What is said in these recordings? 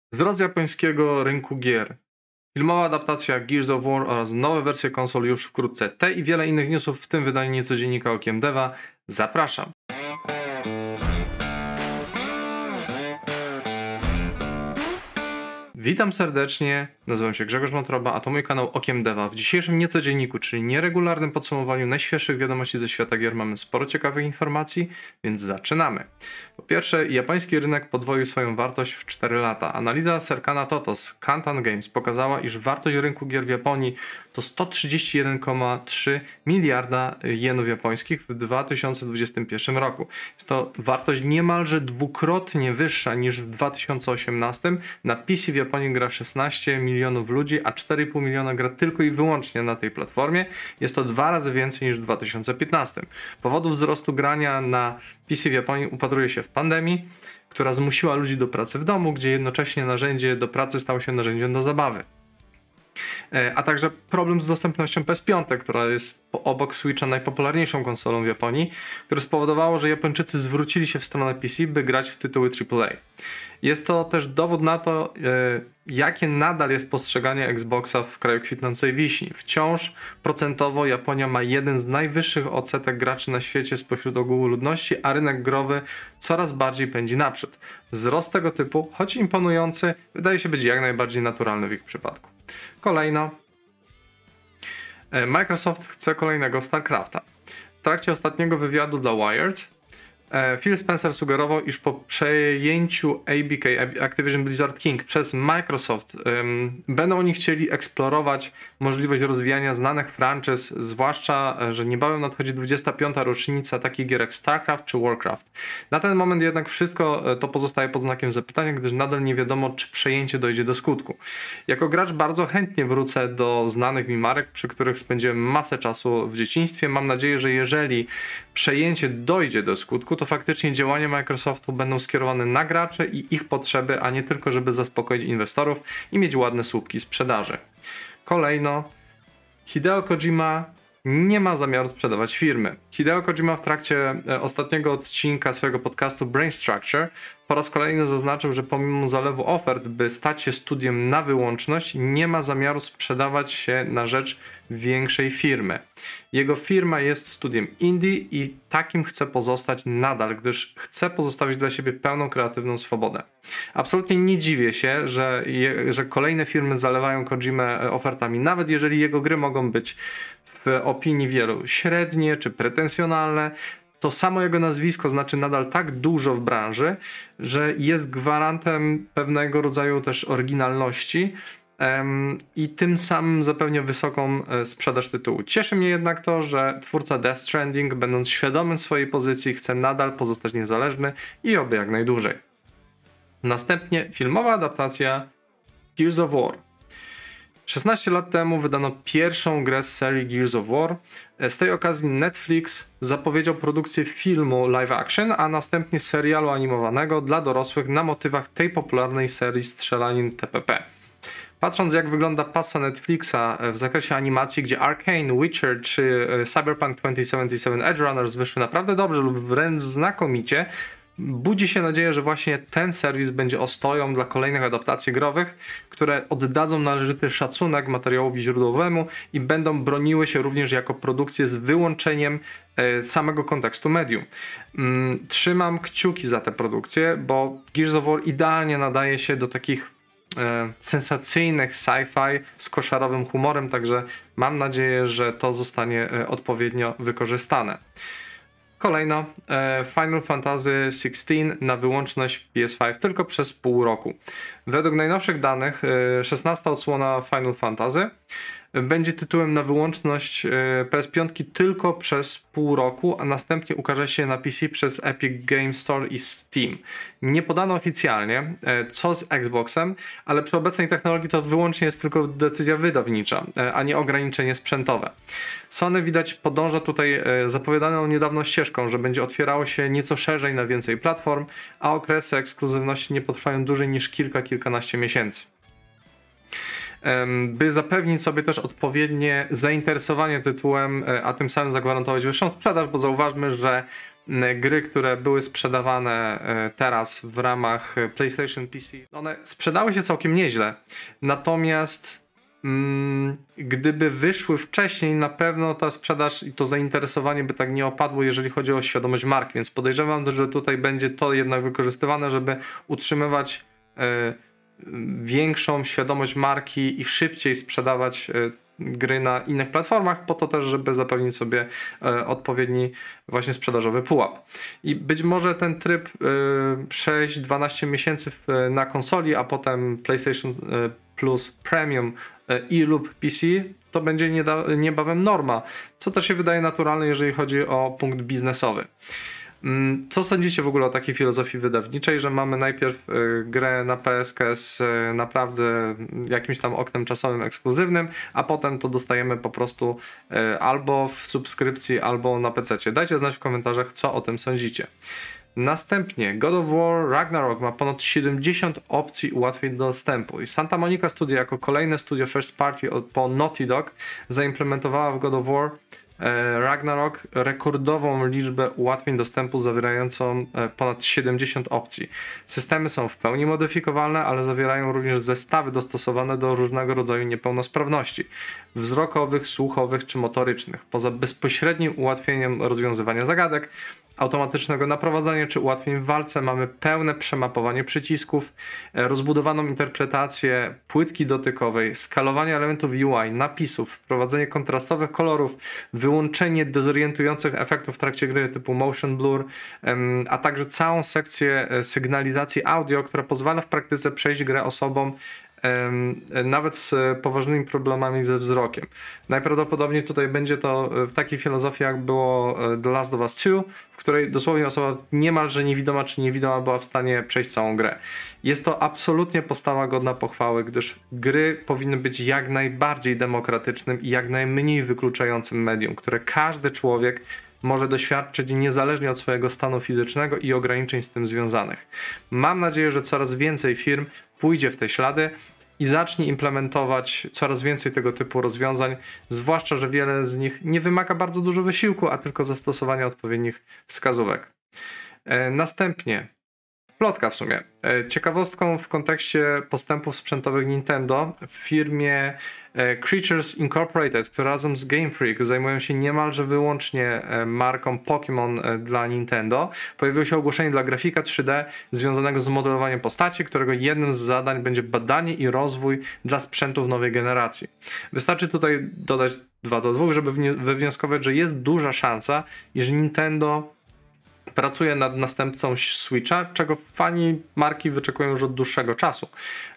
Wzrost japońskiego rynku gier, filmowa adaptacja Gears of War oraz nowe wersje konsol już wkrótce. Te i wiele innych newsów w tym wydaniu niecodziennika Okiem Deva. Zapraszam. Witam serdecznie, nazywam się Grzegorz Wątroba, a to mój kanał Okiem Deva. W dzisiejszym niecodzienniku, czyli nieregularnym podsumowaniu najświeższych wiadomości ze świata gier mamy sporo ciekawych informacji, więc zaczynamy. Po pierwsze, japoński rynek podwoił swoją wartość w 4 lata. Analiza Serkana Totos Kantan Games pokazała, iż wartość rynku gier w Japonii to 131,3 miliarda jenów japońskich w 2021 roku. Jest to wartość niemalże dwukrotnie wyższa niż w 2018. Na PC w Japonii gra 16 milionów ludzi, a 4,5 miliona gra tylko i wyłącznie na tej platformie. Jest to 2 razy więcej niż w 2015. Powodów wzrostu grania na PC w Japonii upatruje się w pandemii, która zmusiła ludzi do pracy w domu, gdzie jednocześnie narzędzie do pracy stało się narzędziem do zabawy. A także problem z dostępnością PS5, która jest obok Switcha najpopularniejszą konsolą w Japonii, które spowodowało, że Japończycy zwrócili się w stronę PC, by grać w tytuły AAA. Jest to też dowód na to, jakie nadal jest postrzeganie Xboxa w kraju kwitnącej wiśni. Wciąż procentowo Japonia ma jeden z najwyższych odsetek graczy na świecie spośród ogółu ludności, a rynek growy coraz bardziej pędzi naprzód. Wzrost tego typu, choć imponujący, wydaje się być jak najbardziej naturalny w ich przypadku. Kolejno, Microsoft chce kolejnego StarCrafta. W trakcie ostatniego wywiadu dla Wired Phil Spencer sugerował, iż po przejęciu ABK, Activision Blizzard King, przez Microsoft będą oni chcieli eksplorować możliwość rozwijania znanych franczyz, zwłaszcza, że niebawem nadchodzi 25. rocznica takich gier jak StarCraft czy Warcraft. Na ten moment jednak wszystko to pozostaje pod znakiem zapytania, gdyż nadal nie wiadomo, czy przejęcie dojdzie do skutku. Jako gracz bardzo chętnie wrócę do znanych mi marek, przy których spędziłem masę czasu w dzieciństwie. Mam nadzieję, że jeżeli przejęcie dojdzie do skutku, to faktycznie działania Microsoftu będą skierowane na graczy i ich potrzeby, a nie tylko, żeby zaspokoić inwestorów i mieć ładne słupki sprzedaży. Kolejno, Hideo Kojima nie ma zamiaru sprzedawać firmy. Hideo Kojima w trakcie ostatniego odcinka swojego podcastu Brain Structure po raz kolejny zaznaczył, że pomimo zalewu ofert, by stać się studiem na wyłączność, nie ma zamiaru sprzedawać się na rzecz większej firmy. Jego firma jest studiem indie i takim chce pozostać nadal, gdyż chce pozostawić dla siebie pełną kreatywną swobodę. Absolutnie nie dziwię się, że kolejne firmy zalewają Kojimę ofertami, nawet jeżeli jego gry mogą być w opinii wielu średnie czy pretensjonalne. To samo jego nazwisko znaczy nadal tak dużo w branży, że jest gwarantem pewnego rodzaju też oryginalności i tym samym zapewnia wysoką sprzedaż tytułu. Cieszy mnie jednak to, że twórca Death Stranding, będąc świadomym swojej pozycji, chce nadal pozostać niezależny i oby jak najdłużej. Następnie filmowa adaptacja Gears of War. 16 lat temu wydano pierwszą grę z serii Gears of War. Z tej okazji Netflix zapowiedział produkcję filmu live action, a następnie serialu animowanego dla dorosłych na motywach tej popularnej serii strzelanin TPP. Patrząc, jak wygląda pasa Netflixa w zakresie animacji, gdzie Arcane, Witcher czy Cyberpunk 2077 Edge Runners wyszły naprawdę dobrze lub wręcz znakomicie, budzi się nadzieję, że właśnie ten serwis będzie ostoją dla kolejnych adaptacji growych, które oddadzą należyty szacunek materiałowi źródłowemu i będą broniły się również jako produkcje z wyłączeniem samego kontekstu medium. Trzymam kciuki za tę produkcję, bo Gears of War idealnie nadaje się do takich sensacyjnych sci-fi z koszarowym humorem, także mam nadzieję, że to zostanie odpowiednio wykorzystane. Kolejno, Final Fantasy XVI na wyłączność PS5 tylko przez pół roku. Według najnowszych danych 16. odsłona Final Fantasy będzie tytułem na wyłączność PS5 tylko przez pół roku, a następnie ukaże się na PC przez Epic Games Store i Steam. Nie podano oficjalnie, co z Xboxem, ale przy obecnej technologii to wyłącznie jest tylko decyzja wydawnicza, a nie ograniczenie sprzętowe. Sony widać podąża tutaj zapowiadaną niedawno ścieżką, że będzie otwierało się nieco szerzej na więcej platform, a okresy ekskluzywności nie potrwają dłużej niż kilkanaście miesięcy. By zapewnić sobie też odpowiednie zainteresowanie tytułem, a tym samym zagwarantować wyższą sprzedaż, bo zauważmy, że gry, które były sprzedawane teraz w ramach PlayStation PC, one sprzedały się całkiem nieźle. Natomiast gdyby wyszły wcześniej, na pewno ta sprzedaż i to zainteresowanie by tak nie opadło, jeżeli chodzi o świadomość marki, więc podejrzewam, że tutaj będzie to jednak wykorzystywane, żeby utrzymywać większą świadomość marki i szybciej sprzedawać gry na innych platformach, po to też, żeby zapewnić sobie odpowiedni właśnie sprzedażowy pułap. I być może ten tryb 6-12 miesięcy na konsoli, a potem PlayStation Plus Premium i lub PC, to będzie niebawem norma, co też się wydaje naturalne, jeżeli chodzi o punkt biznesowy. Co sądzicie w ogóle o takiej filozofii wydawniczej, że mamy najpierw grę na PSK z naprawdę jakimś tam oknem czasowym ekskluzywnym, a potem to dostajemy po prostu albo w subskrypcji, albo na PC-cie. Dajcie znać w komentarzach, co o tym sądzicie. Następnie God of War Ragnarok ma ponad 70 opcji ułatwień dostępu i Santa Monica Studio jako kolejne studio first party po Naughty Dog zaimplementowała w God of War Ragnarok rekordową liczbę ułatwień dostępu zawierającą ponad 70 opcji. Systemy są w pełni modyfikowalne, ale zawierają również zestawy dostosowane do różnego rodzaju niepełnosprawności wzrokowych, słuchowych czy motorycznych. Poza bezpośrednim ułatwieniem rozwiązywania zagadek, automatycznego naprowadzania czy ułatwień w walce mamy pełne przemapowanie przycisków, rozbudowaną interpretację płytki dotykowej, skalowanie elementów UI, napisów, wprowadzenie kontrastowych kolorów, wyłączenie dezorientujących efektów w trakcie gry typu motion blur, a także całą sekcję sygnalizacji audio, która pozwala w praktyce przejść grę osobom nawet z poważnymi problemami ze wzrokiem. Najprawdopodobniej tutaj będzie to w takiej filozofii, jak było The Last of Us 2, w której dosłownie osoba niemalże niewidoma czy niewidoma była w stanie przejść całą grę. Jest to absolutnie postawa godna pochwały, gdyż gry powinny być jak najbardziej demokratycznym i jak najmniej wykluczającym medium, które każdy człowiek może doświadczyć niezależnie od swojego stanu fizycznego i ograniczeń z tym związanych. Mam nadzieję, że coraz więcej firm pójdzie w te ślady i zacznie implementować coraz więcej tego typu rozwiązań, zwłaszcza, że wiele z nich nie wymaga bardzo dużo wysiłku, a tylko zastosowania odpowiednich wskazówek. Następnie plotka w sumie. Ciekawostką w kontekście postępów sprzętowych Nintendo w firmie Creatures Incorporated, która razem z Game Freak zajmują się niemalże wyłącznie marką Pokémon dla Nintendo, pojawiło się ogłoszenie dla grafika 3D związanego z modelowaniem postaci, którego jednym z zadań będzie badanie i rozwój dla sprzętów nowej generacji. Wystarczy tutaj dodać 2 do 2, żeby wywnioskować, że jest duża szansa, iż Nintendo pracuje nad następcą Switcha, czego fani marki wyczekują już od dłuższego czasu.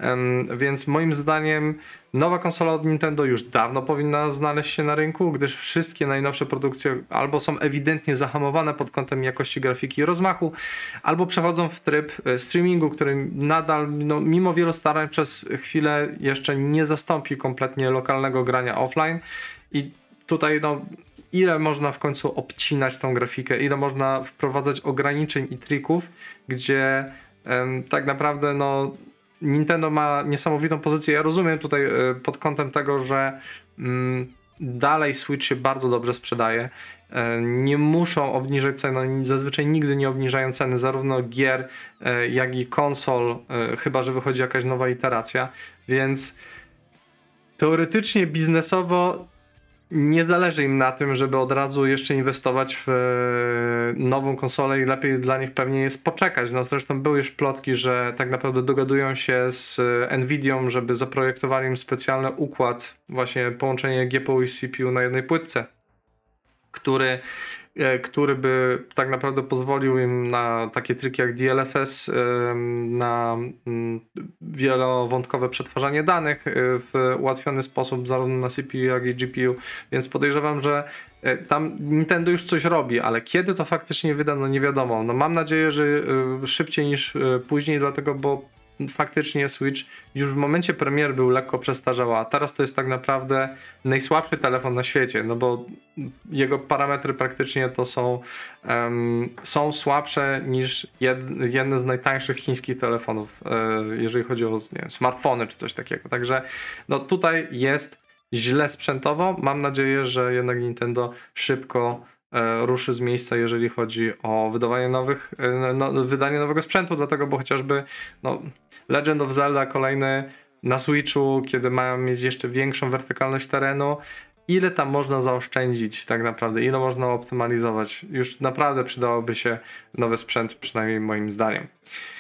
Więc moim zdaniem nowa konsola od Nintendo już dawno powinna znaleźć się na rynku, gdyż wszystkie najnowsze produkcje albo są ewidentnie zahamowane pod kątem jakości grafiki i rozmachu, albo przechodzą w tryb streamingu, który nadal, mimo wielu starań, przez chwilę jeszcze nie zastąpi kompletnie lokalnego grania offline. I tutaj ile można w końcu obcinać tą grafikę, ile można wprowadzać ograniczeń i trików, gdzie tak naprawdę Nintendo ma niesamowitą pozycję. Ja rozumiem tutaj pod kątem tego, że dalej Switch się bardzo dobrze sprzedaje. Nie muszą obniżać ceny, zazwyczaj nigdy nie obniżają ceny zarówno gier, jak i konsol, chyba że wychodzi jakaś nowa iteracja, więc teoretycznie, biznesowo nie zależy im na tym, żeby od razu jeszcze inwestować w nową konsolę i lepiej dla nich pewnie jest poczekać. Zresztą były już plotki, że tak naprawdę dogadują się z Nvidią, żeby zaprojektowali im specjalny układ, właśnie połączenie GPU i CPU na jednej płytce, który by tak naprawdę pozwolił im na takie triki jak DLSS, na wielowątkowe przetwarzanie danych w ułatwiony sposób zarówno na CPU, jak i GPU, więc podejrzewam, że tam Nintendo już coś robi, ale kiedy to faktycznie wyda, nie wiadomo. Mam nadzieję, że szybciej niż później, dlatego, bo faktycznie Switch już w momencie premiery był lekko przestarzały, a teraz to jest tak naprawdę najsłabszy telefon na świecie, bo jego parametry praktycznie to są słabsze niż jedne z najtańszych chińskich telefonów, jeżeli chodzi o smartfony czy coś takiego. Także tutaj jest źle sprzętowo. Mam nadzieję, że jednak Nintendo szybko ruszy z miejsca, jeżeli chodzi o wydanie nowego sprzętu, dlatego, bo chociażby Legend of Zelda kolejny na Switchu, kiedy mają mieć jeszcze większą wertykalność terenu, ile tam można zaoszczędzić tak naprawdę, ile można optymalizować. Już naprawdę przydałoby się nowy sprzęt, przynajmniej moim zdaniem.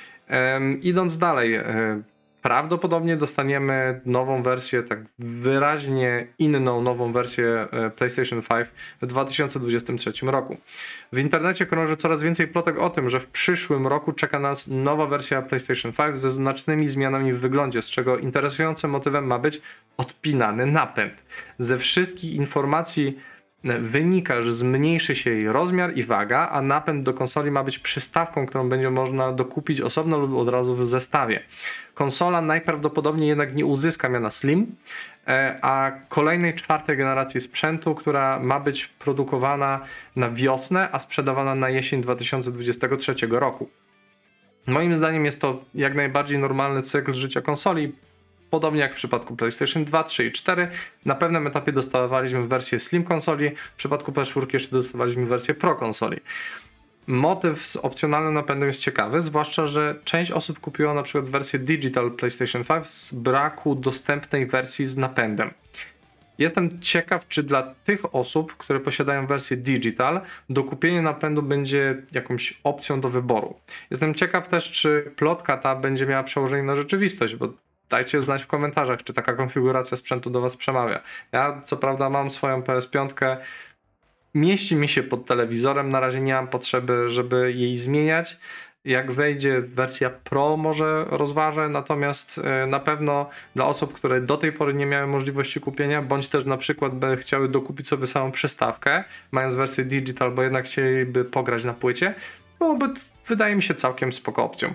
Idąc dalej, prawdopodobnie dostaniemy nową wersję, tak wyraźnie inną nową wersję PlayStation 5 w 2023 roku. W internecie krąży coraz więcej plotek o tym, że w przyszłym roku czeka nas nowa wersja PlayStation 5 ze znacznymi zmianami w wyglądzie, z czego interesującym motywem ma być odpinany napęd. Ze wszystkich informacji wynika, że zmniejszy się jej rozmiar i waga, a napęd do konsoli ma być przystawką, którą będzie można dokupić osobno lub od razu w zestawie. Konsola najprawdopodobniej jednak nie uzyska miana Slim, a kolejnej 4. generacji sprzętu, która ma być produkowana na wiosnę, a sprzedawana na jesień 2023 roku. Moim zdaniem jest to jak najbardziej normalny cykl życia konsoli. Podobnie jak w przypadku PlayStation 2, 3 i 4, na pewnym etapie dostawaliśmy wersję Slim konsoli, w przypadku PS4 jeszcze dostawaliśmy wersję Pro konsoli. Motyw z opcjonalnym napędem jest ciekawy, zwłaszcza, że część osób kupiła na przykład wersję Digital PlayStation 5 z braku dostępnej wersji z napędem. Jestem ciekaw, czy dla tych osób, które posiadają wersję Digital, dokupienie napędu będzie jakąś opcją do wyboru. Jestem ciekaw też, czy plotka ta będzie miała przełożenie na rzeczywistość, bo dajcie znać w komentarzach, czy taka konfiguracja sprzętu do Was przemawia. Ja co prawda mam swoją PS5, mieści mi się pod telewizorem, na razie nie mam potrzeby, żeby jej zmieniać. Jak wejdzie wersja Pro, może rozważę, natomiast na pewno dla osób, które do tej pory nie miały możliwości kupienia, bądź też na przykład by chciały dokupić sobie samą przystawkę, mając wersję Digital, bo jednak chcieliby pograć na płycie, byłoby, wydaje mi się, całkiem spoko opcją.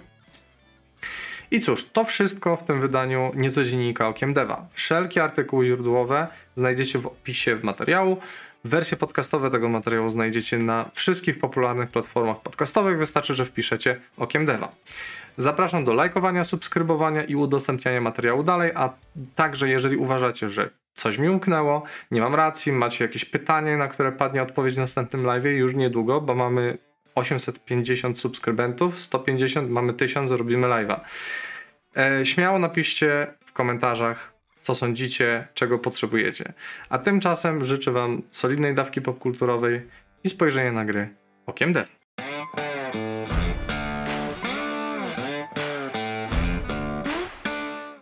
I cóż, to wszystko w tym wydaniu Niecodziennika Okiem Deva. Wszelkie artykuły źródłowe znajdziecie w opisie materiału. Wersje podcastowe tego materiału znajdziecie na wszystkich popularnych platformach podcastowych. Wystarczy, że wpiszecie Okiem Deva. Zapraszam do lajkowania, subskrybowania i udostępniania materiału dalej, a także jeżeli uważacie, że coś mi umknęło, nie mam racji, macie jakieś pytanie, na które padnie odpowiedź w następnym live'ie już niedługo, bo mamy 850 subskrybentów, 150, mamy 1000, robimy live'a. Śmiało napiszcie w komentarzach, co sądzicie, czego potrzebujecie. A tymczasem życzę Wam solidnej dawki popkulturowej i spojrzenia na gry Okiem Deva.